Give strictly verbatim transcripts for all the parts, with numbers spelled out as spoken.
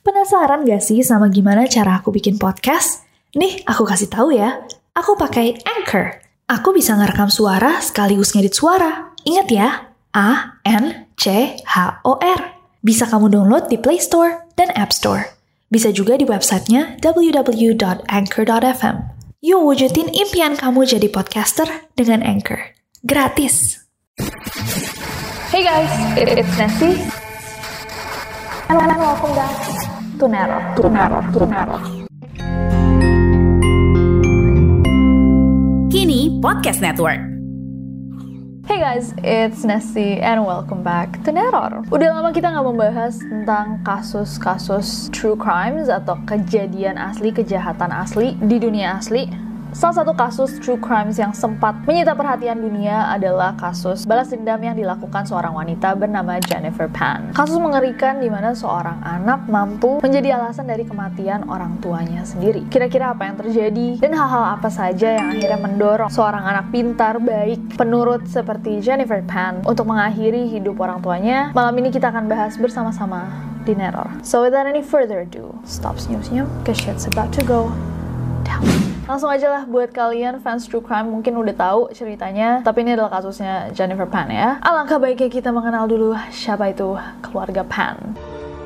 Penasaran gak sih sama gimana cara aku bikin podcast? Nih, aku kasih tahu ya. Aku pakai Anchor. Aku bisa ngerekam suara sekaligus ngedit suara. Ingat ya, A N C H O R. Bisa kamu download di Play Store dan App Store. Bisa juga di websitenya w w w dot anchor dot f m. Yuk wujudin impian kamu jadi podcaster dengan Anchor. Gratis. Hey guys, it's Nancy. And welcome back to Nero. To Nero. To Nero. Kini Podcast Network. Hey guys, it's Nessie and welcome back to Neror. Udah lama kita nggak membahas tentang kasus-kasus true crimes atau kejadian asli, kejahatan asli di dunia asli. Salah satu kasus true crimes yang sempat menyita perhatian dunia adalah kasus balas dendam yang dilakukan seorang wanita bernama Jennifer Pan. Kasus mengerikan di mana seorang anak mampu menjadi alasan dari kematian orang tuanya sendiri. Kira-kira apa yang terjadi dan hal-hal apa saja yang akhirnya mendorong seorang anak pintar, baik, penurut seperti Jennifer Pan untuk mengakhiri hidup orang tuanya? Malam ini kita akan bahas bersama-sama di Neror. So without any further ado, stop senyum-senyum, cause shit's about to go down. Langsung aja lah buat kalian fans true crime mungkin udah tahu ceritanya, tapi ini adalah kasusnya Jennifer Pan ya. Alangkah baiknya kita mengenal dulu siapa itu keluarga Pan.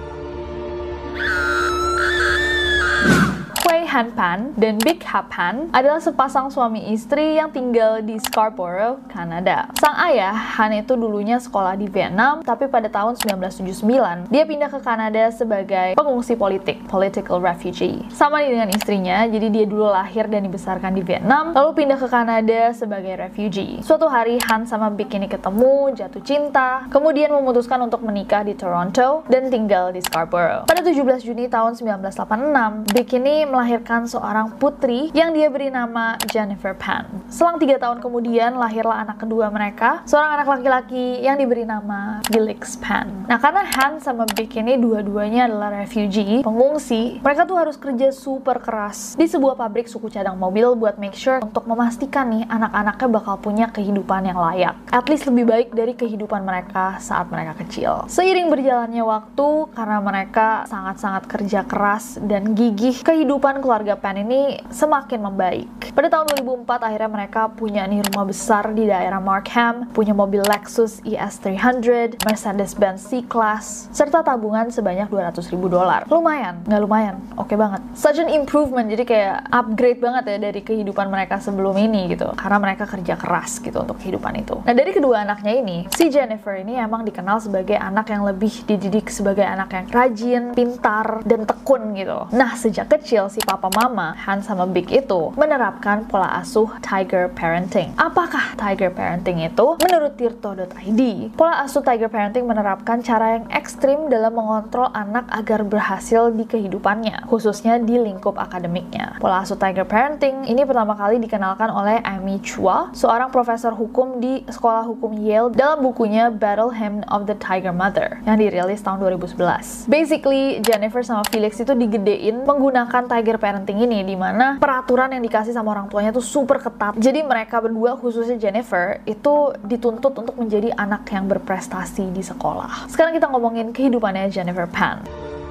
Hui Han Pan dan Big Ha Pan adalah sepasang suami istri yang tinggal di Scarborough, Kanada. Sang ayah, Han itu dulunya sekolah di Vietnam, tapi pada tahun sembilan belas tujuh puluh sembilan, dia pindah ke Kanada sebagai pengungsi politik, political refugee. Sama nih dengan istrinya, jadi dia dulu lahir dan dibesarkan di Vietnam, lalu pindah ke Kanada sebagai refugee. Suatu hari, Han sama Big ini ketemu, jatuh cinta, kemudian memutuskan untuk menikah di Toronto dan tinggal di Scarborough. Pada tujuh belas Juni tahun sembilan belas delapan puluh enam, Big ini melahirkan seorang putri yang dia beri nama Jennifer Pan. Selang tiga tahun kemudian lahirlah anak kedua mereka, seorang anak laki-laki yang diberi nama Felix Pan. Nah, karena Han sama Big ini dua-duanya adalah refugee, pengungsi, mereka tuh harus kerja super keras di sebuah pabrik suku cadang mobil buat make sure untuk memastikan nih anak-anaknya bakal punya kehidupan yang layak, at least lebih baik dari kehidupan mereka saat mereka kecil. Seiring berjalannya waktu, karena mereka sangat-sangat kerja keras dan gigih, kehidupan keluarga Pan ini semakin membaik. Pada tahun dua ribu empat akhirnya mereka punya nih rumah besar di daerah Markham, punya mobil Lexus E S tiga ratus, Mercedes-Benz C-Class, serta tabungan sebanyak dua ratus ribu dolar. Lumayan, nggak lumayan, oke banget. Such an improvement, jadi kayak upgrade banget ya dari kehidupan mereka sebelum ini gitu, karena mereka kerja keras gitu untuk kehidupan itu. Nah, dari kedua anaknya ini, si Jennifer ini emang dikenal sebagai anak yang lebih dididik sebagai anak yang rajin, pintar, dan tekun gitu. Nah, sejak kecil si papa mama, Han sama Big itu menerapkan pola asuh Tiger Parenting. Apakah Tiger Parenting itu? Menurut tirto dot i d, pola asuh Tiger Parenting menerapkan cara yang ekstrim dalam mengontrol anak agar berhasil di kehidupannya, khususnya di lingkup akademiknya. Pola asuh Tiger Parenting ini pertama kali dikenalkan oleh Amy Chua, seorang profesor hukum di Sekolah Hukum Yale, dalam bukunya Battle Hymn of the Tiger Mother yang dirilis tahun dua ribu sebelas. Basically, Jennifer sama Felix itu digedein menggunakan Tiger Parenting ini, di mana peraturan yang dikasih sama orang tuanya tuh super ketat. Jadi mereka berdua, khususnya Jennifer, itu dituntut untuk menjadi anak yang berprestasi di sekolah. Sekarang kita ngomongin kehidupannya Jennifer Pan.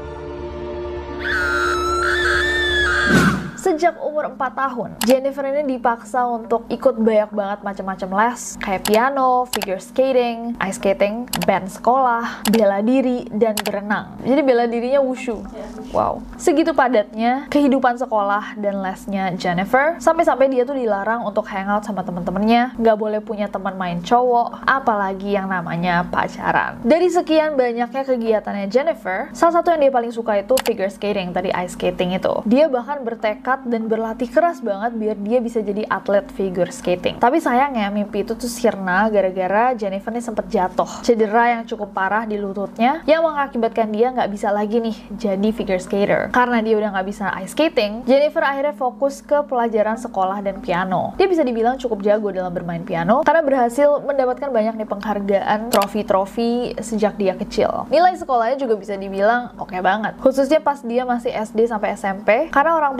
Sejak umur empat tahun, Jennifer ini dipaksa untuk ikut banyak banget macam-macam les, kayak piano, figure skating, ice skating, band sekolah, bela diri, dan berenang. Jadi bela dirinya wushu. Wow. Segitu padatnya kehidupan sekolah dan lesnya Jennifer, sampai-sampai dia tuh dilarang untuk hangout sama teman-temannya, nggak boleh punya teman main cowok, apalagi yang namanya pacaran. Dari sekian banyaknya kegiatannya Jennifer, salah satu yang dia paling suka itu figure skating, tadi ice skating itu. Dia bahkan bertekad dan berlatih keras banget biar dia bisa jadi atlet figure skating. Tapi sayangnya mimpi itu tuh sirna gara-gara Jennifer nih sempat jatuh, cedera yang cukup parah di lututnya yang mengakibatkan dia nggak bisa lagi nih jadi figure skater. Karena dia udah nggak bisa ice skating, Jennifer akhirnya fokus ke pelajaran sekolah dan piano. Dia bisa dibilang cukup jago dalam bermain piano karena berhasil mendapatkan banyak nih penghargaan, trofi-trofi sejak dia kecil. Nilai sekolahnya juga bisa dibilang oke banget, khususnya pas dia masih S D sampai S M P, karena orang tuanya tuh mau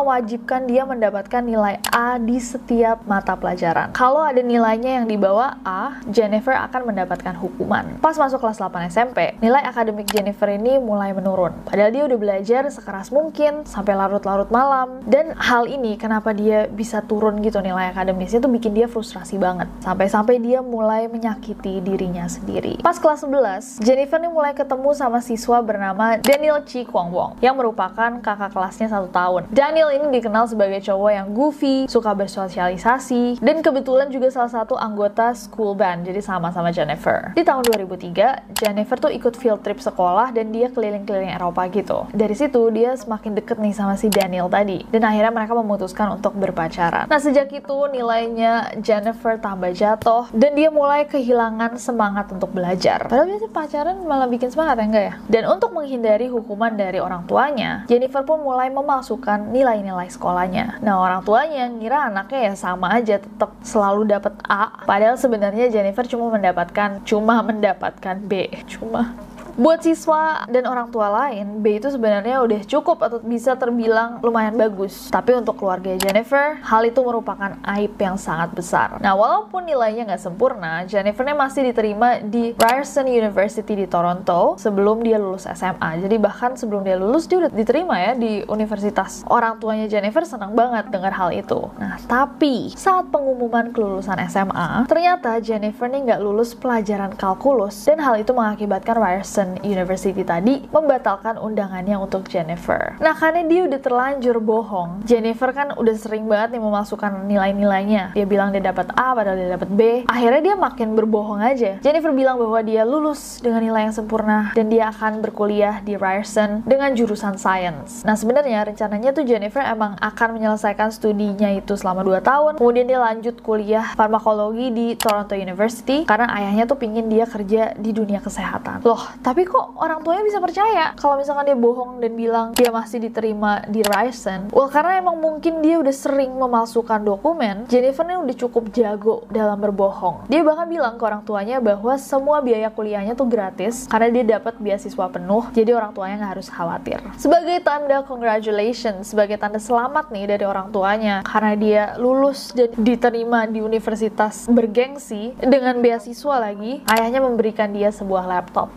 mewajibkan dia mendapatkan nilai A di setiap mata pelajaran. Kalau ada nilainya yang di bawah A, Jennifer akan mendapatkan hukuman. Pas masuk kelas delapan S M P, nilai akademik Jennifer ini mulai menurun. Padahal dia udah belajar sekeras mungkin sampai larut-larut malam. Dan hal ini kenapa dia bisa turun gitu nilai akademisnya tuh bikin dia frustrasi banget. Sampai-sampai dia mulai menyakiti dirinya sendiri. Pas kelas sebelas, Jennifer nih mulai ketemu sama siswa bernama Daniel Chi Kwang Wong yang merupakan kakak kelasnya satu tahun. Daniel ini dikenal sebagai cowok yang goofy, suka bersosialisasi, dan kebetulan juga salah satu anggota school band, jadi sama-sama Jennifer. Di tahun dua ribu tiga, Jennifer tuh ikut field trip sekolah dan dia keliling-keliling Eropa gitu. Dari situ dia semakin deket nih sama si Daniel tadi, dan akhirnya mereka memutuskan untuk berpacaran. Nah, sejak itu nilainya Jennifer tambah jatuh dan dia mulai kehilangan semangat untuk belajar. Padahal biasanya pacaran malah bikin semangat ya, enggak ya? Dan untuk menghindari hukuman dari orang tuanya, Jennifer pun mulai memasukkan nilai-nilai sekolahnya. Nah, orang tuanya ngira anaknya ya sama aja, tetap selalu dapat A. Padahal sebenarnya Jennifer cuma mendapatkan cuma mendapatkan B. Cuma buat siswa dan orang tua lain, B itu sebenarnya udah cukup atau bisa terbilang lumayan bagus. Tapi untuk keluarga Jennifer, hal itu merupakan aib yang sangat besar. Nah, walaupun nilainya nggak sempurna, Jennifernya masih diterima di Ryerson University di Toronto sebelum dia lulus S M A. Jadi bahkan sebelum dia lulus, dia udah diterima ya di universitas. Orang tuanya Jennifer senang banget dengar hal itu. Nah, tapi saat pengumuman kelulusan S M A, ternyata Jennifer nih nggak lulus pelajaran kalkulus, dan hal itu mengakibatkan Ryerson University tadi membatalkan undangannya untuk Jennifer. Nah, karena dia udah terlanjur bohong, Jennifer kan udah sering banget nih memasukkan nilai-nilainya. Dia bilang dia dapat A padahal dia dapat B. Akhirnya dia makin berbohong aja. Jennifer bilang bahwa dia lulus dengan nilai yang sempurna dan dia akan berkuliah di Ryerson dengan jurusan science. Nah, sebenarnya rencananya tuh Jennifer emang akan menyelesaikan studinya itu selama dua tahun. Kemudian dia lanjut kuliah farmakologi di Toronto University karena ayahnya tuh pingin dia kerja di dunia kesehatan. Loh, tapi Tapi kok orang tuanya bisa percaya kalau misalkan dia bohong dan bilang dia masih diterima di Ryerson? Well, karena emang mungkin dia udah sering memalsukan dokumen. Jennifer nih udah cukup jago dalam berbohong. Dia bahkan bilang ke orang tuanya bahwa semua biaya kuliahnya tuh gratis karena dia dapat beasiswa penuh, jadi orang tuanya nggak harus khawatir. Sebagai tanda congratulations, sebagai tanda selamat nih dari orang tuanya karena dia lulus dan diterima di universitas bergengsi dengan beasiswa lagi, ayahnya memberikan dia sebuah laptop.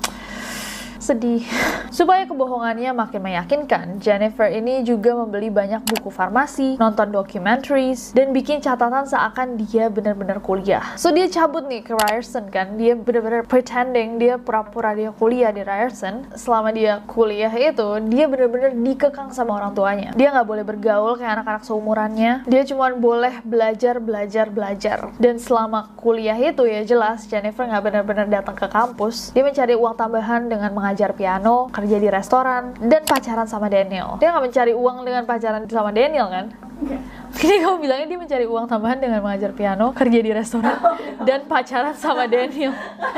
Sedih. Supaya kebohongannya makin meyakinkan, Jennifer ini juga membeli banyak buku farmasi, nonton documentaries, dan bikin catatan seakan dia benar-benar kuliah. So dia cabut nih ke Ryerson kan, dia benar-benar pretending, dia pura-pura dia kuliah di Ryerson. Selama dia kuliah itu, dia benar-benar dikekang sama orang tuanya. Dia nggak boleh bergaul kayak anak-anak seumurannya, dia cuma boleh belajar, belajar, belajar. Dan selama kuliah itu ya jelas, Jennifer nggak benar-benar datang ke kampus. Dia mencari uang tambahan dengan mengajar belajar piano, kerja di restoran, dan pacaran sama Daniel. Dia nggak mencari uang dengan pacaran sama Daniel kan? Okay. Jadi kamu bilangnya dia mencari uang tambahan dengan mengajar piano, kerja di restoran, dan pacaran sama Daniel.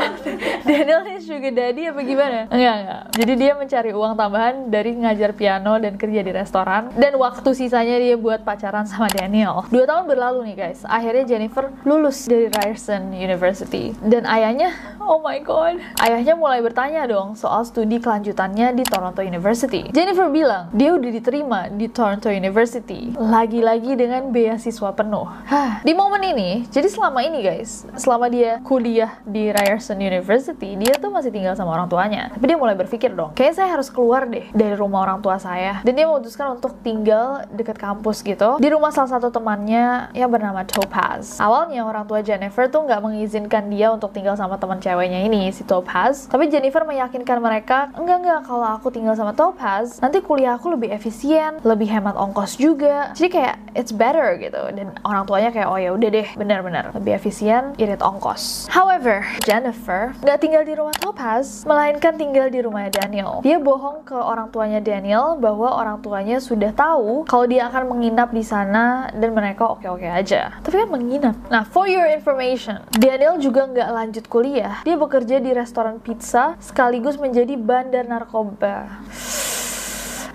Daniel ini sugar daddy apa gimana? Enggak, enggak. Jadi dia mencari uang tambahan dari ngajar piano dan kerja di restoran, dan waktu sisanya dia buat pacaran sama Daniel. Dua tahun berlalu nih guys, akhirnya Jennifer lulus dari Ryerson University. Dan ayahnya, oh my god, ayahnya mulai bertanya dong soal studi kelanjutannya di Toronto University. Jennifer bilang, dia udah diterima di Toronto University. Lagi-lagi dengan beasiswa penuh. Hah, di momen ini, jadi selama ini guys, selama dia kuliah di Ryerson University, dia tuh masih tinggal sama orang tuanya. Tapi dia mulai berpikir dong, kayaknya saya harus keluar deh dari rumah orang tua saya. Dan dia memutuskan untuk tinggal dekat kampus gitu, di rumah salah satu temannya yang bernama Topaz. Awalnya orang tua Jennifer tuh nggak mengizinkan dia untuk tinggal sama teman ceweknya ini, si Topaz. Tapi Jennifer meyakinkan mereka, enggak-enggak, kalau aku tinggal sama Topaz, nanti kuliah aku lebih efisien, lebih hemat ongkos juga. Jadi kayak, it's better gitu. Dan orang tuanya kayak, oh ya udah deh, benar-benar lebih efisien, irit ongkos. However, Jennifer nggak tinggal di rumah Topaz, melainkan tinggal di rumahnya Daniel. Dia bohong ke orang tuanya Daniel bahwa orang tuanya sudah tahu kalau dia akan menginap di sana dan mereka oke-oke aja. Tapi kan menginap. Nah, for your information, Daniel juga nggak lanjut kuliah. Dia bekerja di restoran pizza sekaligus menjadi bandar narkoba.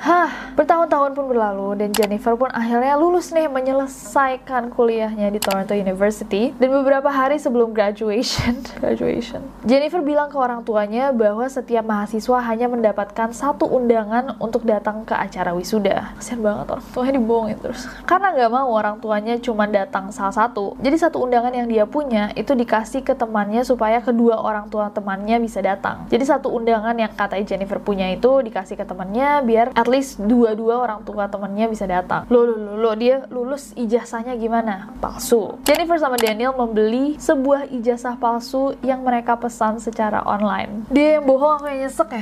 Hah, bertahun-tahun pun berlalu dan Jennifer pun akhirnya lulus nih, menyelesaikan kuliahnya di Toronto University. Dan beberapa hari sebelum graduation, graduation, Jennifer bilang ke orang tuanya bahwa setiap mahasiswa hanya mendapatkan satu undangan untuk datang ke acara wisuda. Kasian banget, orang tuanya dibohongin terus. Karena nggak mau orang tuanya cuma datang salah satu, jadi satu undangan yang dia punya itu dikasih ke temannya supaya kedua orang tua temannya bisa datang. Jadi satu undangan yang katanya Jennifer punya itu dikasih ke temannya biar at least dua-dua orang tua temannya bisa datang. Loh, loh, loh, loh, dia lulus ijazahnya gimana? Palsu. Jennifer sama Daniel membeli sebuah ijazah palsu yang mereka pesan secara online. Dia yang bohong, aku yang nyesek ya.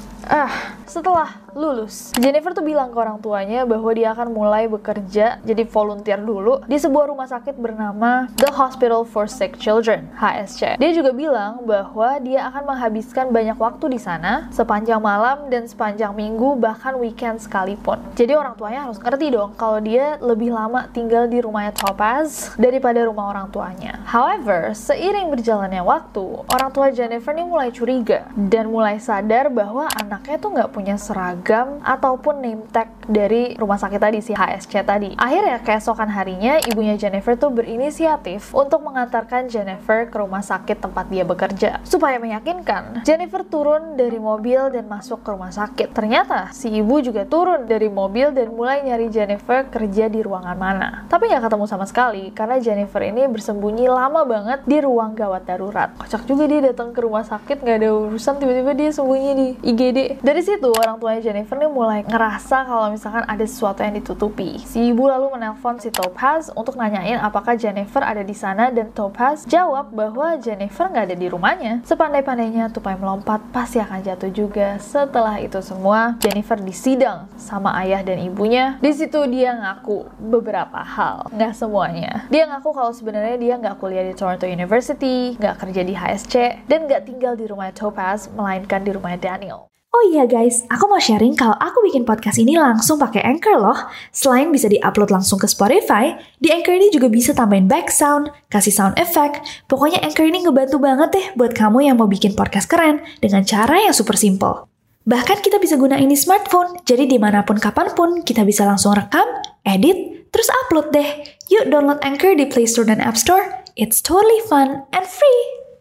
Ah, setelah lulus, Jennifer tuh bilang ke orang tuanya bahwa dia akan mulai bekerja jadi volunteer dulu di sebuah rumah sakit bernama The Hospital for Sick Children, H S C. Dia juga bilang bahwa dia akan menghabiskan banyak waktu di sana sepanjang malam dan sepanjang minggu, bahkan weekend sekalipun. Jadi orang tuanya harus ngerti dong kalau dia lebih lama tinggal di rumahnya Topaz daripada rumah orang tuanya. However, seiring berjalannya waktu, orang tua Jennifer nih mulai curiga dan mulai sadar bahwa anaknya tuh nggak punya seragam ataupun name tag dari rumah sakit tadi, si H S C tadi. Akhirnya keesokan harinya ibunya Jennifer tuh berinisiatif untuk mengantarkan Jennifer ke rumah sakit tempat dia bekerja. Supaya meyakinkan, Jennifer turun dari mobil dan masuk ke rumah sakit. Ternyata si ibu juga turun dari mobil dan mulai nyari Jennifer kerja di ruangan mana. Tapi nggak ketemu sama sekali karena Jennifer ini bersembunyi lama banget di ruang gawat darurat. Kocak juga dia datang ke rumah sakit nggak ada urusan, tiba-tiba dia sembunyi di I G D. Dari situ orang tuanya Jennifer nih mulai ngerasa kalau misalkan ada sesuatu yang ditutupi. Si ibu lalu menelpon si Topaz untuk nanyain apakah Jennifer ada di sana dan Topaz jawab bahwa Jennifer nggak ada di rumahnya. Sepandai-pandainya tupai melompat pasti akan jatuh juga. Setelah itu semua, Jennifer disidang sama ayah dan ibunya. Di situ dia ngaku beberapa hal, nggak semuanya. Dia ngaku kalau sebenarnya dia nggak kuliah di Toronto University, nggak kerja di H S C, dan nggak tinggal di rumahnya Topaz, melainkan di rumahnya Daniel. Oh iya guys, aku mau sharing kalau aku bikin podcast ini langsung pakai Anchor loh. Selain bisa di-upload langsung ke Spotify, di Anchor ini juga bisa tambahin back sound, kasih sound effect. Pokoknya Anchor ini ngebantu banget deh buat kamu yang mau bikin podcast keren dengan cara yang super simple. Bahkan kita bisa gunain di smartphone, jadi dimanapun kapanpun kita bisa langsung rekam, edit, terus upload deh. Yuk download Anchor di Play Store dan App Store. It's totally fun and free.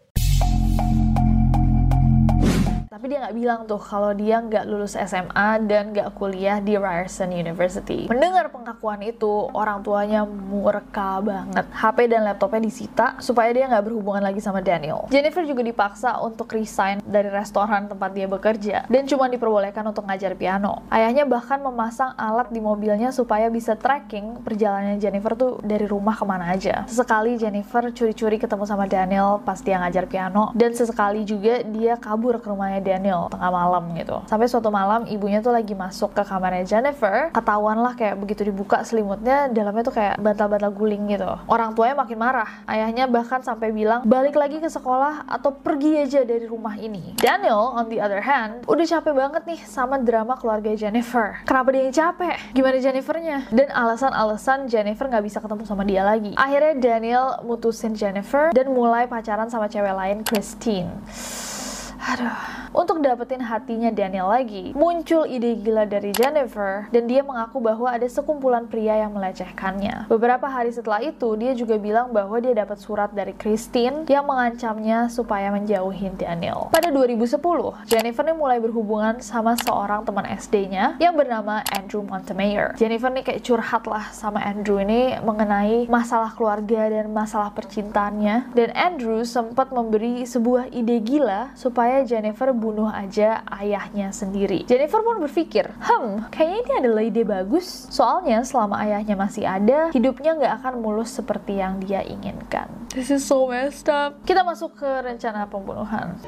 Tapi dia nggak bilang tuh kalau dia nggak lulus S M A dan nggak kuliah di Ryerson University. Mendengar pengakuan itu, orang tuanya murka banget. H P dan laptopnya disita supaya dia nggak berhubungan lagi sama Daniel. Jennifer juga dipaksa untuk resign dari restoran tempat dia bekerja dan cuma diperbolehkan untuk ngajar piano. Ayahnya bahkan memasang alat di mobilnya supaya bisa tracking perjalanan Jennifer tuh dari rumah kemana aja. Sesekali Jennifer curi-curi ketemu sama Daniel pas dia ngajar piano, dan sesekali juga dia kabur ke rumahnya Daniel tengah malam gitu. Sampai suatu malam ibunya tuh lagi masuk ke kamarnya Jennifer, ketahuan lah kayak begitu dibuka selimutnya, dalamnya tuh kayak bantal-bantal guling gitu. Orang tuanya makin marah. Ayahnya bahkan sampai bilang balik lagi ke sekolah atau pergi aja dari rumah ini. Daniel on the other hand udah capek banget nih sama drama keluarga Jennifer. Kenapa dia yang capek? Gimana Jennifernya? Dan alasan-alasan Jennifer nggak bisa ketemu sama dia lagi. Akhirnya Daniel mutusin Jennifer dan mulai pacaran sama cewek lain, Christine. Aduh. Untuk dapetin hatinya Daniel lagi, muncul ide gila dari Jennifer dan dia mengaku bahwa ada sekumpulan pria yang melecehkannya. Beberapa hari setelah itu, dia juga bilang bahwa dia dapat surat dari Christine yang mengancamnya supaya menjauhin Daniel. Pada dua ribu sepuluh, Jennifer nih mulai berhubungan sama seorang teman S D-nya yang bernama Andrew Montemayor. Jennifer nih kayak curhat lah sama Andrew ini mengenai masalah keluarga dan masalah percintaannya, dan Andrew sempat memberi sebuah ide gila supaya Jennifer bunuh aja ayahnya sendiri. Jennifer pun berpikir, hmm, kayaknya ini adalah ide bagus. Soalnya selama ayahnya masih ada, hidupnya nggak akan mulus seperti yang dia inginkan. This is so messed up. Kita masuk ke rencana pembunuhan.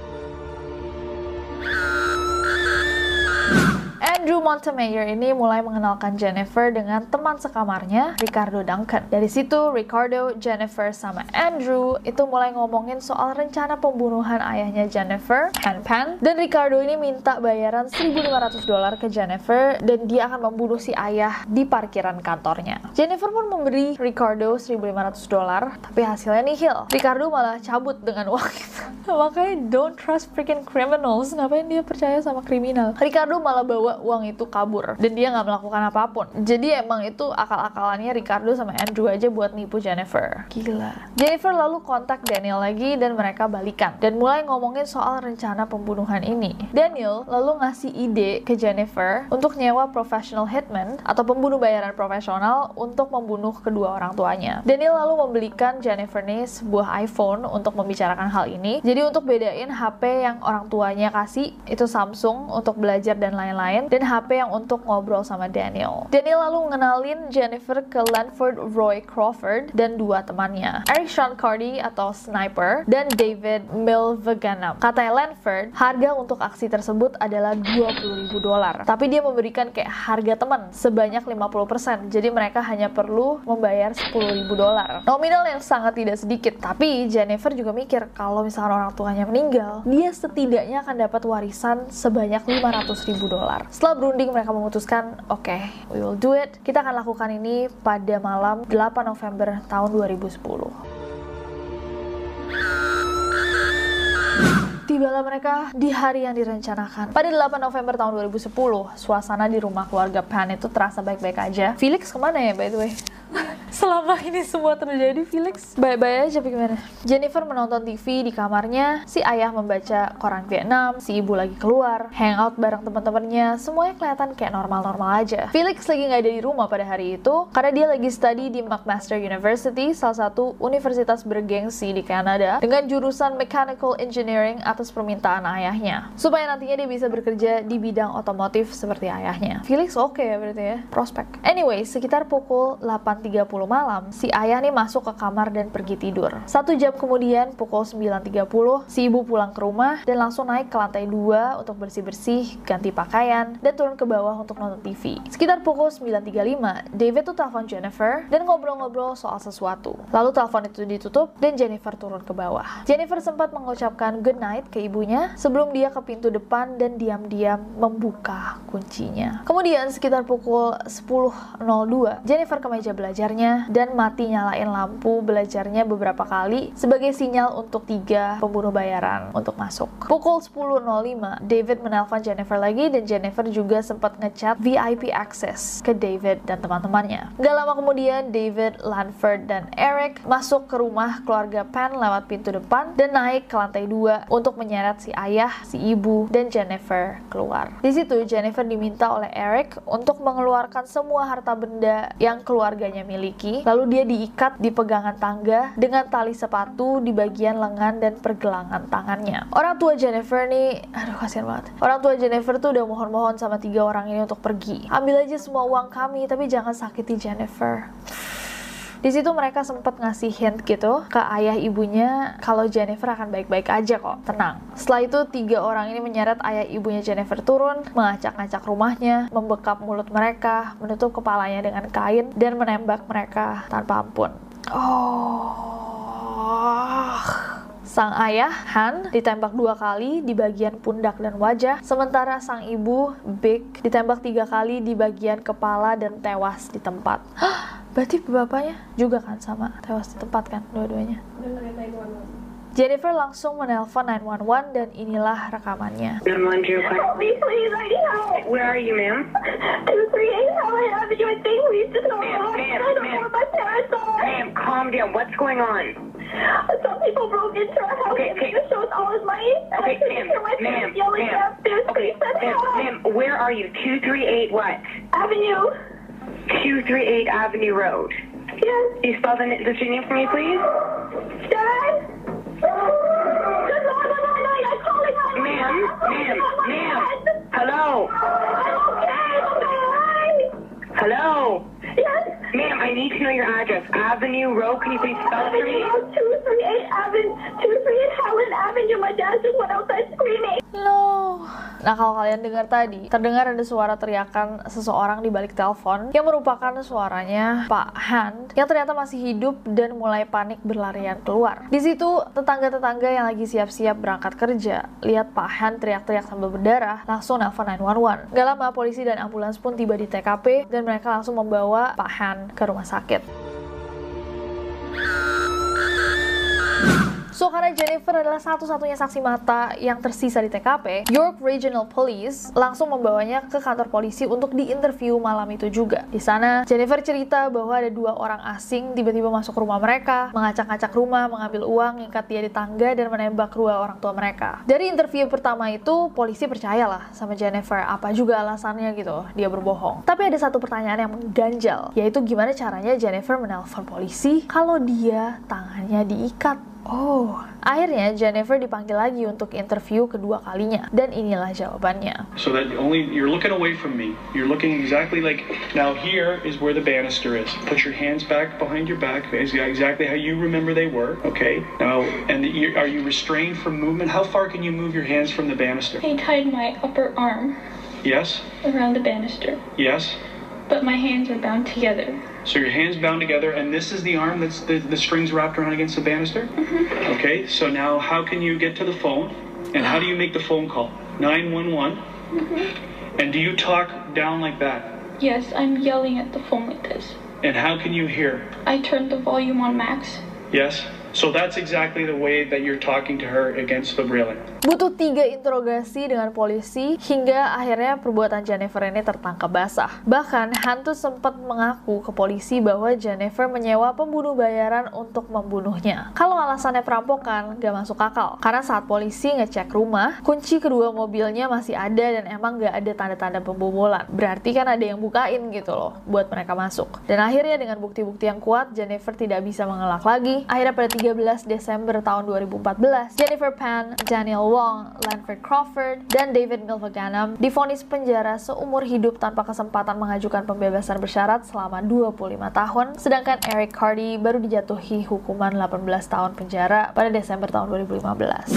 Andrew Montemayor ini mulai mengenalkan Jennifer dengan teman sekamarnya, Ricardo Duncan. Dari situ, Ricardo, Jennifer, sama Andrew itu mulai ngomongin soal rencana pembunuhan ayahnya Jennifer, Pan Pan. Dan Ricardo ini minta bayaran seribu lima ratus dolar ke Jennifer dan dia akan membunuh si ayah di parkiran kantornya. Jennifer pun memberi Ricardo seribu lima ratus dolar, tapi hasilnya nihil. Ricardo malah cabut dengan uang itu. Makanya don't trust freaking criminals. Ngapain dia percaya sama kriminal? Ricardo malah bawa uang itu kabur dan dia nggak melakukan apapun. Jadi emang itu akal-akalannya Ricardo sama Andrew aja buat nipu Jennifer. Gila. Jennifer lalu kontak Daniel lagi dan mereka balikan dan mulai ngomongin soal rencana pembunuhan ini. Daniel lalu ngasih ide ke Jennifer untuk nyewa professional hitman atau pembunuh bayaran profesional untuk membunuh kedua orang tuanya. Daniel lalu membelikan Jennifer nih sebuah iPhone untuk membicarakan hal ini. Jadi untuk bedain H P yang orang tuanya kasih itu Samsung untuk belajar dan lain-lain, dan H P yang untuk ngobrol sama Daniel. Daniel lalu ngenalin Jennifer ke Lanford Roy Crawford dan dua temannya, Eric Sean Cardy atau Sniper dan David Milvaganam. Kata Lanford, harga untuk aksi tersebut adalah dua puluh ribu dolar, tapi dia memberikan kayak harga teman sebanyak lima puluh persen, jadi mereka hanya perlu membayar sepuluh ribu dolar. Nominal yang sangat tidak sedikit, tapi Jennifer juga mikir kalau misalnya orang tuanya meninggal, dia setidaknya akan dapat warisan sebanyak lima ratus ribu dolar. Setelah berunding, mereka memutuskan, oke, okay, we will do it. Kita akan lakukan ini pada malam delapan November tahun dua ribu sepuluh. Tibalah mereka di hari yang direncanakan. Pada delapan November tahun dua ribu sepuluh, suasana di rumah keluarga Pan itu terasa baik-baik aja. Felix kemana ya, by the way? Selama ini semua terjadi, Felix baik-baik aja bagaimana? Jennifer menonton T V di kamarnya, si ayah membaca koran Vietnam, si ibu lagi keluar, hangout bareng teman-temannya, semuanya kelihatan kayak normal-normal aja. Felix lagi nggak ada di rumah pada hari itu, karena dia lagi study di McMaster University, salah satu universitas bergengsi di Kanada, dengan jurusan Mechanical Engineering atas permintaan ayahnya, supaya nantinya dia bisa bekerja di bidang otomotif seperti ayahnya. Felix oke okay ya berarti ya, prospek. Anyway, sekitar pukul delapan tiga puluh malam, si ayah nih masuk ke kamar dan pergi tidur. Satu jam kemudian, pukul sembilan tiga puluh, si ibu pulang ke rumah dan langsung naik ke lantai dua untuk bersih-bersih, ganti pakaian, dan turun ke bawah untuk nonton T V. Sekitar pukul sembilan tiga puluh lima, David tuh telepon Jennifer dan ngobrol-ngobrol soal sesuatu. Lalu telepon itu ditutup dan Jennifer turun ke bawah. Jennifer sempat mengucapkan good night ke ibunya sebelum dia ke pintu depan dan diam-diam membuka kuncinya. Kemudian sekitar pukul sepuluh nol dua, Jennifer ke meja belajarnya dan mati nyalain lampu belajarnya beberapa kali sebagai sinyal untuk tiga pembunuh bayaran untuk masuk. Pukul sepuluh nol lima, David menelpon Jennifer lagi dan Jennifer juga sempat ngechat V I P access ke David dan teman-temannya. Gak lama kemudian, David, Lanford, dan Eric masuk ke rumah keluarga Pan lewat pintu depan dan naik ke lantai dua untuk menyeret si ayah, si ibu, dan Jennifer keluar. Di situ Jennifer diminta oleh Eric untuk mengeluarkan semua harta benda yang keluarganya miliki, lalu dia diikat di pegangan tangga dengan tali sepatu di bagian lengan dan pergelangan tangannya. Orang tua Jennifer nih, aduh kasihan banget. Orang tua Jennifer tuh udah mohon-mohon sama tiga orang ini untuk pergi. Ambil aja semua uang kami, tapi jangan sakiti Jennifer. Di situ mereka sempat ngasih hint gitu ke ayah ibunya kalau Jennifer akan baik-baik aja kok, tenang. Setelah itu tiga orang ini menyeret ayah ibunya Jennifer turun, mengacak-ngacak rumahnya, membekap mulut mereka, menutup kepalanya dengan kain, dan menembak mereka tanpa ampun. Oh. Sang ayah, Han, ditembak dua kali di bagian pundak dan wajah, sementara sang ibu, Big, ditembak tiga kali di bagian kepala dan tewas di tempat. Hah? Berarti bapaknya juga kan sama, tewas di tempat kan, dua-duanya. Jennifer langsung menelpon nine one one dan inilah rekamannya. Help me, please, I need help. Where are you, ma'am? two thirty-eight Howland Avenue, I think. Please just help me. Ma'am, ma'am, I don't ma'am. know what my parents are. Ma'am, calm down. What's going on? Some people broke into our house Okay, and okay. they showed us all his money. And Okay, I couldn't ma'am, hear my ma'am, parents yelling ma'am. downstairs. Okay, Please send ma'am, help. ma'am, where are you? two thirty-eight what? Avenue. two thirty-eight Avenue Road. Yes. Can you spell the, the street name for me, please? Dad? No, no, no, no, no. I'm calling nine one one. Ma'am, ma'am, ma'am. Hello? I'm okay. I'm alright. Hello? Yes. Ma'am, I need to know your address. Avenue Road, can you please spell it for me? Avenue two thirty-eight Avenue, two thirty-eight Howland Avenue. My dad just went outside screaming. No. Nah, kalau kalian dengar tadi, terdengar ada suara teriakan seseorang di balik telepon yang merupakan suaranya Pak Han yang ternyata masih hidup dan mulai panik berlarian keluar. Di situ, tetangga-tetangga yang lagi siap-siap berangkat kerja lihat Pak Han teriak-teriak sambil berdarah, langsung nelfon nine one one. Gak lama, polisi dan ambulans pun tiba di T K P dan mereka langsung membawa Pak Han ke rumah sakit. So karena Jennifer adalah satu-satunya saksi mata yang tersisa di T K P, York Regional Police langsung membawanya ke kantor polisi untuk diinterview malam itu juga. Di sana, Jennifer cerita bahwa ada dua orang asing tiba-tiba masuk ke rumah mereka, mengacak-acak rumah, mengambil uang, ngikat dia di tangga, dan menembak kedua orang tua mereka. Dari interview pertama itu, polisi percayalah sama Jennifer, apa juga alasannya gitu, dia berbohong. Tapi ada satu pertanyaan yang mengganjal, yaitu gimana caranya Jennifer menelpon polisi kalau dia tangannya diikat. Oh, akhirnya Jennifer dipanggil lagi untuk interview kedua kalinya, dan inilah jawabannya. So that only you're looking away from me. You're looking exactly like now. Here is where the banister is. Put your hands back behind your back, exactly how you remember they were. Okay. Now, and the, are you restrained from movement? How far can you move your hands from the banister? I tied my upper arm Yes. around the banister, Yes. but my hands are bound together. So your hands bound together, and this is the arm that's the, the strings wrapped around against the banister? Mm-hmm. Okay, so now how can you get to the phone? And how do you make the phone call? nine one one? Mm-hmm. And do you talk down like that? Yes, I'm yelling at the phone like this. And how can you hear? I turned the volume on max. Yes? So that's exactly the way that you're talking to her against the railing. Butuh tiga interogasi dengan polisi hingga akhirnya perbuatan Jennifer ini tertangkap basah. Bahkan hantu sempat mengaku ke polisi bahwa Jennifer menyewa pembunuh bayaran untuk membunuhnya. Kalau alasannya perampokan, gak masuk akal. Karena saat polisi ngecek rumah, kunci kedua mobilnya masih ada dan emang gak ada tanda-tanda pembobolan. Berarti kan ada yang bukain gitu loh buat mereka masuk. Dan akhirnya dengan bukti-bukti yang kuat, Jennifer tidak bisa mengelak lagi. Akhirnya pada tiga belas Desember tahun dua ribu empat belas, Jennifer Pan, Daniel Wong, Lanford Crawford, dan David Milvaganam divonis penjara seumur hidup tanpa kesempatan mengajukan pembebasan bersyarat selama dua puluh lima tahun, sedangkan Eric Carty baru dijatuhi hukuman delapan belas tahun penjara pada Desember tahun dua ribu lima belas.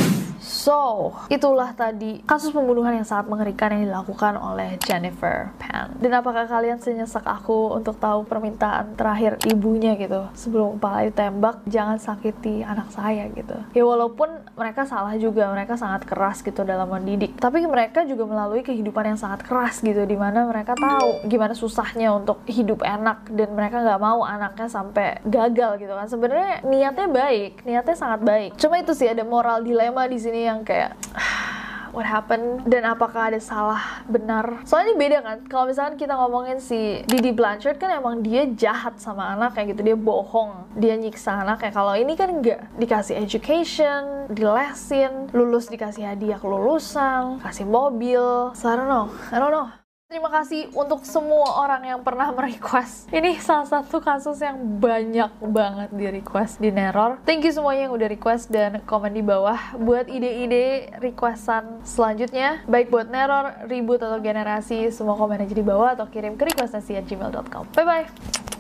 So, itulah tadi kasus pembunuhan yang sangat mengerikan yang dilakukan oleh Jennifer Pan. Dan apakah kalian senyesek aku untuk tahu permintaan terakhir ibunya gitu? Sebelum kepala ditembak, jangan sakiti anak saya gitu. Ya walaupun mereka salah juga, mereka sangat keras gitu dalam mendidik. Tapi mereka juga melalui kehidupan yang sangat keras gitu, dimana mereka tahu gimana susahnya untuk hidup enak dan mereka nggak mau anaknya sampai gagal gitu kan. Sebenarnya niatnya baik, niatnya sangat baik. Cuma itu sih ada moral dilema di sini yang kayak what happened dan apakah ada salah benar. Soalnya ini beda kan, kalau misalkan kita ngomongin si Didi Blanchard kan emang dia jahat sama anak kayak gitu, dia bohong, dia nyiksa anak kayak. Kalau ini kan enggak, dikasih education, dilesin, lulus dikasih hadiah kelulusan, kasih mobil. So I don't know, I don't know. Terima kasih untuk semua orang yang pernah merequest. Ini salah satu kasus yang banyak banget di request di Neror. Thank you semuanya yang udah request dan komen di bawah buat ide-ide requestan selanjutnya. Baik buat Neror, Reboot atau Generasi, semua komen aja di bawah atau kirim ke requestasi at gmail dot com. Bye bye.